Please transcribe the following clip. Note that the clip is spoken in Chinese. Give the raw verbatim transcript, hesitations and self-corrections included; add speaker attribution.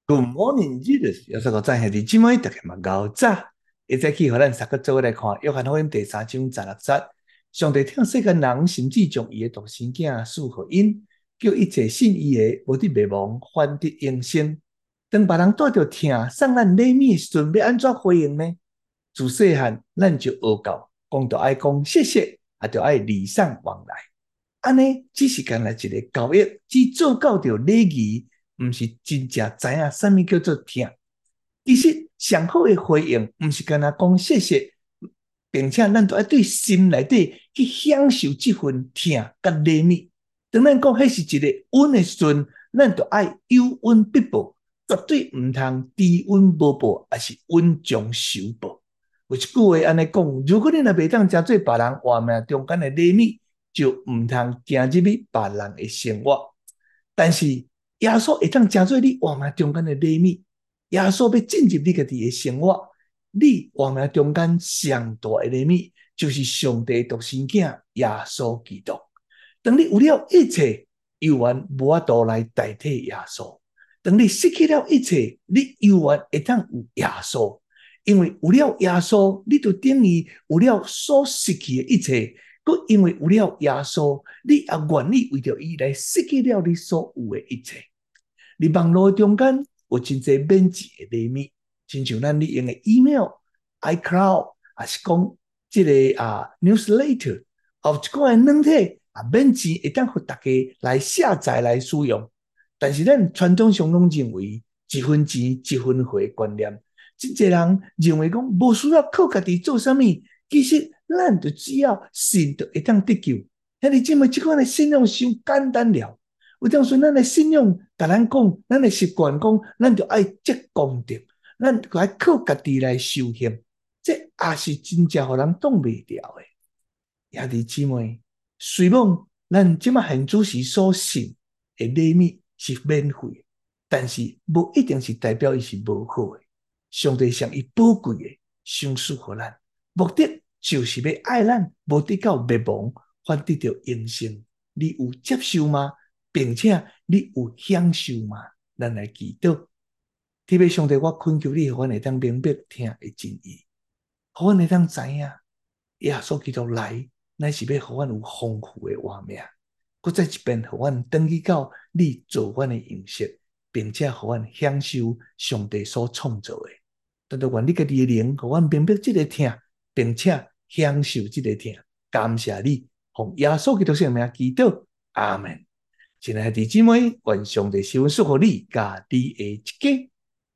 Speaker 1: Good morning, Jesus！有十个赞兄弟姊妹，大家嘛熬早，一早起，互咱三个做伙来看《约翰福音》第三章十六节。上帝听世间人，甚至将伊的独生囝赐互因，叫一切信伊的，无得灭亡，反得永生。当别人带着听送咱礼物的时阵，要安怎回应呢？自细汉咱就学到，讲到爱讲谢谢，也就爱礼尚往来。安尼只是干来一个教育，只做到着礼仪。毋是真正知影啥物叫做听。其实上好的回应，毋是干那讲谢谢，并且咱都要对心内底去享受这份听甲礼物。当咱讲迄是一个恩的时阵，咱就爱有恩必报，绝对毋通知恩无报，也是恩将仇报。有一句话安尼讲，如果你若袂当诚做别人活命中间的礼物，就毋通行入去别人的生活。但是耶稣会当诚做你活命中间的礼物，耶稣要进入你家己的生活，你活命中间上大的礼物，就是上帝独生囝耶稣基督。当你有了一切，犹原无法度来代替耶稣；当你失去了一切，你犹原会当有耶稣，因为有了耶稣，你就等于有了所失去的一切。佮因为有了耶稣，你也愿意为着伊来失去了你所有的一切。你网络中间有真侪免钱的礼物，亲像咱你用的 email、iCloud， 还是讲即个啊 newsletter， 或一个软体啊免钱会当互大家来下载来使用。但是咱传统上拢认为一分钱一分货观念，真侪人认为讲无需要靠家己做啥物，其实咱就只要信就会当得救。遐你即么即款的信仰伤简单了。有当时咱的信仰，甲咱讲，咱的习惯讲，咱就爱积功德，咱就爱靠家己来修行，这也是真正互人挡袂牢的。兄弟姊妹，虽然咱即马现主时所信的礼物是免费，但是无一定是代表伊是无好的。上帝将伊宝贵的赏赐互咱，目的就是要爱咱，无得到灭亡，反得到永生。你有接受吗？并且你有享受吗？咱来祈祷，特别上帝，我恳求你，互阮会当明白听的真意，互阮会当知影，耶稣基督来，乃是要互阮有丰富的活命。搁再一遍，互阮登记到你做阮的样式，并且互阮享受上帝所创造的。但都愿你家己的灵，互阮明白这个听，并且享受这个听。感谢你，奉耶稣基督圣名祈祷，阿门。亲爱的弟姊妹，愿上帝赐福予你，家己的一家。